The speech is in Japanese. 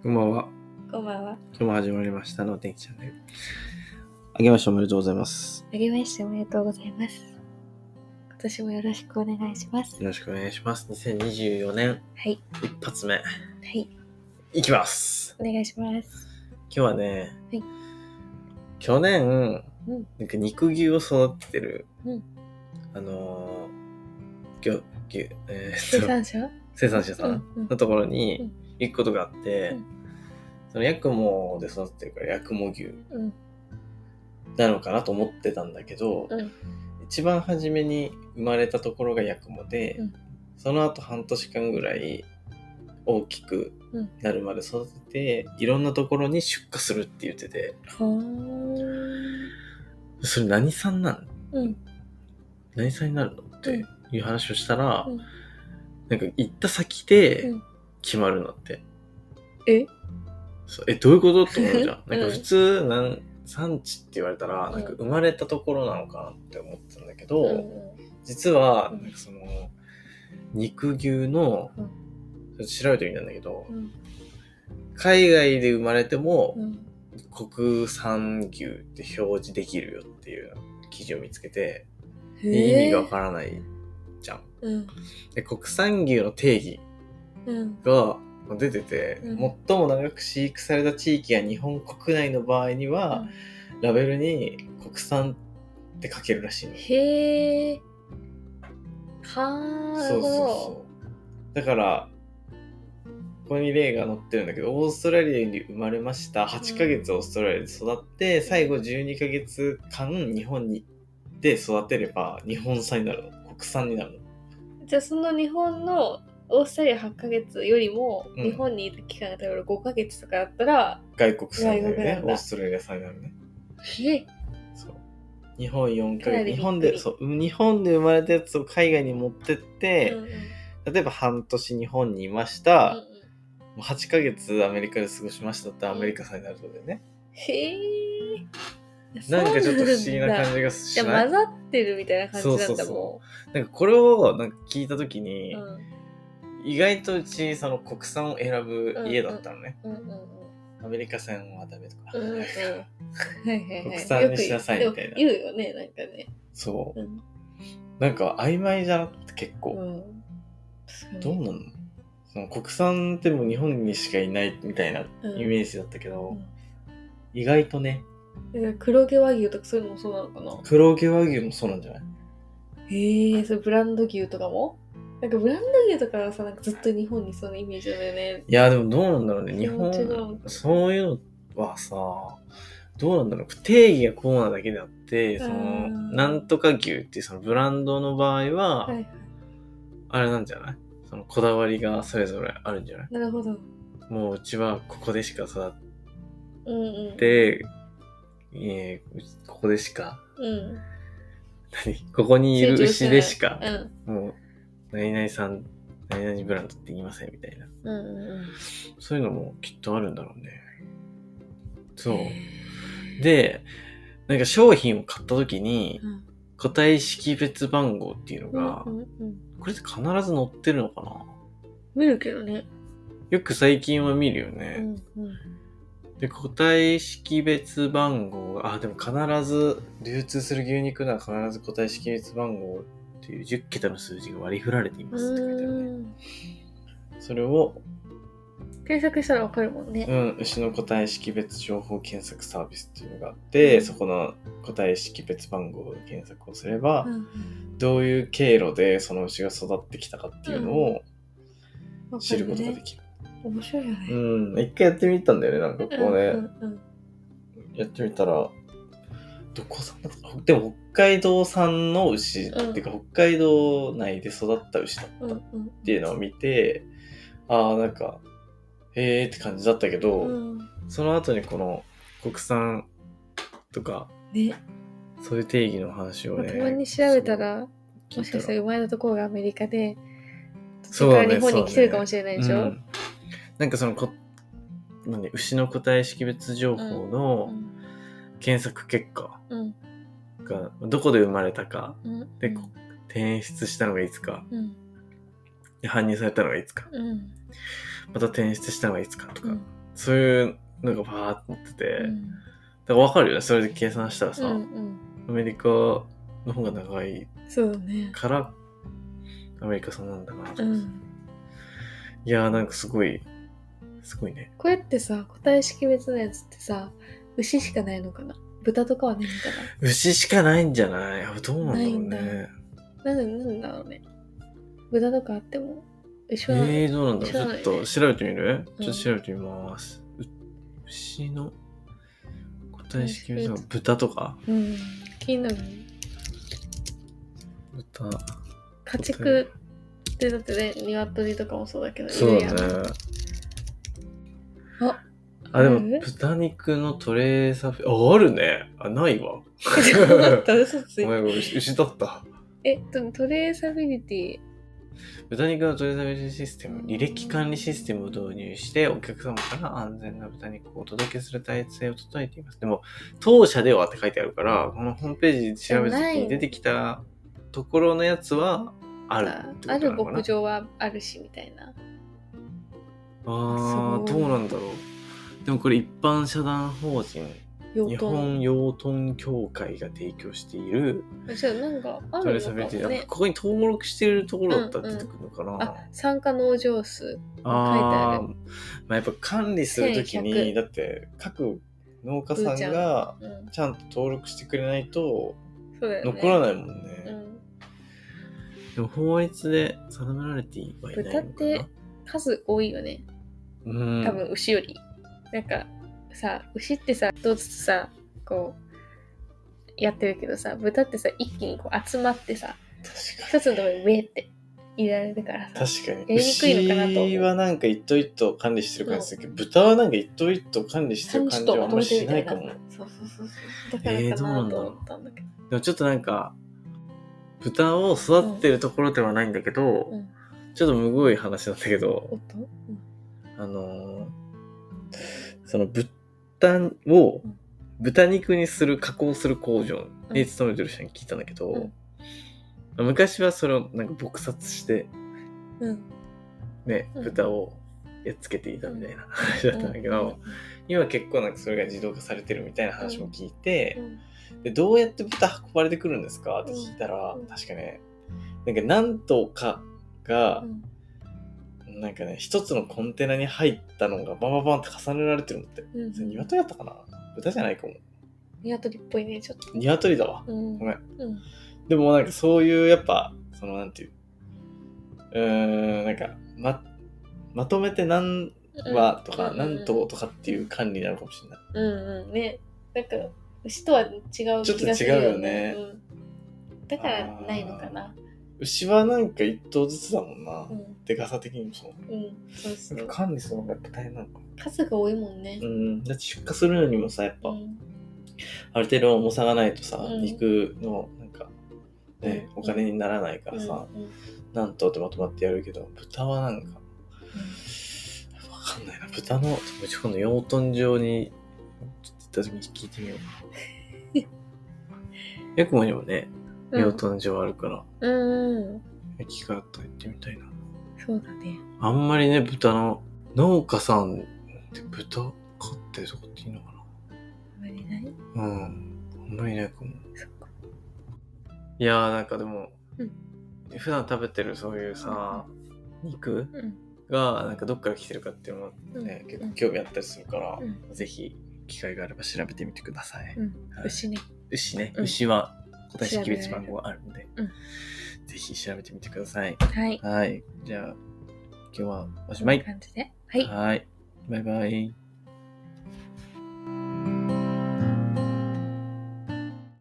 こんばんは。 こんばんは。 今日も始まりましたの天気チャンネル。あげましておめでとうございます。 あげましておめでとうございます。今年もよろしくお願いします。 よろしくお願いします。2024年はい。 一発目。 はい。 いきます。 お願いします。 今日はね、 はい、 去年、 なんか肉牛を育ててる、 生産者さんのところに行くことがあって、そのヤクモで育ててるからヤクモ牛なのかなと思ってたんだけど、一番初めに生まれたところがヤクモで、その後半年間ぐらい大きくなるまで育てて、いろんなところに出荷するって言ってて、それ何産なん、何産になるのっていう話をしたら、なんか行った先で決まるのって。どういうことって思うじゃん。なんか普通産地って言われたら、なんか生まれたところなのかなって思ってたんだけど、実は、なんかその、肉牛の、調べてみたんだけど、海外で生まれても、国産牛って表示できるよっていう記事を見つけて、意味がわからないじゃん。で、国産牛の定義が出てて、最も長く飼育された地域や日本国内の場合には、ラベルに国産って書けるらしいの。 へー。はー。 そう。だから、ここに例が載ってるんだけど、オーストラリアに生まれました。8ヶ月オーストラリアで育って、最後12ヶ月間日本で育てれば日本産になるの。国産になるの。 じゃあその日本のオーストラリア8ヶ月よりも日本にいる期間が例えば5ヶ月とかだったら、 外国産だよね。オーストラリア産になるね。そう。日本4ヶ月。日本で生まれたやつを海外に持ってって、例えば半年日本にいました。8ヶ月アメリカで過ごしましたってアメリカ産になるそうだよね。 へー。なんかちょっと不思議な感じがしない？ じゃあ混ざってるみたいな感じなんだもん。 なんかこれをなんか聞いたときに、意外とうちその国産を選ぶ家だったのね。アメリカ産はダメとか。国産にしなさいみたいな。 言うよね、なんかね。 そう。なんか曖昧じゃなくて結構。どうなの？その国産ってもう日本にしかいないみたいなイメージだったけど、意外とね。 黒毛和牛とかそういうのもそうなのかな？ 黒毛和牛もそうなんじゃない？ それブランド牛とかも？なんかブランド牛とかはさ、なんかずっと日本にそのイメージだよね。 いやでもどうなんだろうね。日本そういうのはさ、どうなんだろう。定義がこうなだけであって、そのなんとか牛っていうそのブランドの場合は、あれなんじゃない？そのこだわりがそれぞれあるんじゃない？ なるほど。 もううちはここでしか育って、ここでしか、ここにいる牛でしか、もう何々さん、何々ブランドって言いませんみたいな。そういうのもきっとあるんだろうね。そう。で、なんか商品を買った時に、個体識別番号っていうのが、これって必ず載ってるのかな？ 見るけどね。 よく最近は見るよね。で、個体識別番号が、でも必ず、流通する牛肉なら必ず個体識別番号っていう10桁の数字が割り振られていますって書いてあるね。それを検索したらわかるもんね。 牛の個体識別情報検索サービスっていうのがあって、そこの個体識別番号を検索をすれば、どういう経路でその牛が育ってきたかっていうのを知ることができる。 面白いよね。 一回やってみたんだよね、なんかここで。やってみたら、どこ産だった？でも北海道産の牛っていうか、北海道内で育った牛だったっていうのを見て、なんか、へーって感じだったけど、その後にこの国産とか、そういう定義の話をね。 たまに調べたら、もしかしたら生まれたところがアメリカで、そこから日本に来てるかもしれないでしょ？ なんかその牛の個体識別情報の検索結果がどこで生まれたか、で転出したのがいつか、で搬入されたのがいつか、また転出したのがいつかとかそういうのがバーってなってて、 うんだから分かるよね。それで計算したらさ、 うんうんアメリカの方が長いそうだね。 からアメリカ産なんだなと、 うん。 いやーなんかすごいね。 こうやってさ、個体識別のやつってさ、牛しかないのかな？豚とかはないのか牛しかないんじゃない？どうなんだろうないんね。 なんだろうね。豚とかあっても牛は、 どうなんだろう。ちょっと調べてみる？ うんちょっと調べてみます。牛の個体識別は豚とか？ うん、気になるね。 豚。 家畜ってだってね、鶏とかもそうだけど、 そうだいるやん。 ね。 あ、 でもある豚肉のトレーサフィ、あるね。ないわ。 そうだった、嘘ついた。 ごめん、牛だった。 トレーサビリティ。 豚肉のトレーサビリティシステム、履歴管理システムを導入して、お客様から安全な豚肉をお届けする体制を整えています。でも、当社ではって書いてあるから、このホームページで調べた時に出てきたところのやつはあるってことなあるのかな。 牧場はあるしみたいな。 どうなんだろう。でもこれ一般社団法人日本養豚協会が提供しているじゃあなんかあるのかもね。 ここに登録しているところだったら出てくるのかな。 参加農場数書いてある。 やっぱ管理するときにだって各農家さんがちゃんと登録してくれないと残らないもんね。でも法律で定められてはいないのかな。 豚って数多いよね。多分牛より。なんかさ、牛ってさ、一つずつさ、こうやってるけどさ、豚ってさ、一気にこう集まってさ、一つのところにウェーって入れられるからさ、 確かに。 やりにくいのかなと思う。 牛はなんか一頭一頭管理してる感じするけど、豚はなんか一頭一頭管理してる感じはあんまりしないかも。 そう。だからかなと思ったんだけど。 でもちょっとなんか、豚を育てるところではないんだけど、ちょっとむごい話なんだけど、その豚を豚肉にする加工する工場に勤めてる人に聞いたんだけど、昔はそれをなんか撲殺して、ね、豚をやっつけていたみたいな話だったんだけど、今結構なんかそれが自動化されてるみたいな話も聞いて、でどうやって豚運ばれてくるんですかって聞いたら、確かね、なんか何頭かが、なんかね、一つのコンテナに入ったのがバンバンバンって重ねられてるんだって。それ鶏だったかな？豚じゃないかも。 鶏っぽいね、ちょっと。 鶏だわ。ごめん。でもなんかそういうやっぱ、そのなんていう、なんかまとめて何羽とか何頭とかっていう管理になるかもしれない。 ね。なんか牛とは違う気がするよね。 ちょっと違うよね。 だからないのかな。 牛はなんか一頭ずつだもんな。でかさ的にもそう。 そう。 管理するのがやっぱ大変なのか。 数が多いもんね。 だって出荷するのにもさ、やっぱ、ある程度重さがないとさ、肉のなんか、ね、お金にならないからさ、何頭ってまとまってやるけど、豚はなんか、わかんないな。豚の、今度養豚場にちょっと行った時に聞いてみようかな。ヤクモにもね、養豚場あるから、機会あったら行ってみたいな。 そうだね。 あんまりね、豚の農家さんって豚飼ってるとこっていいのかな？ あんまりない？ あんまりいないかも。そっか。いやーなんかでも、普段食べてるそういうさ、肉がなんかどっから来てるかっていうのはね、結構興味あったりするから、ぜひ機会があれば調べてみてください。 牛ね。 牛は個体識別番号があるので、ぜひ調べてみてください。はい。じゃあ今日はおしまい。 こんな感じで。 はい。バイバイ。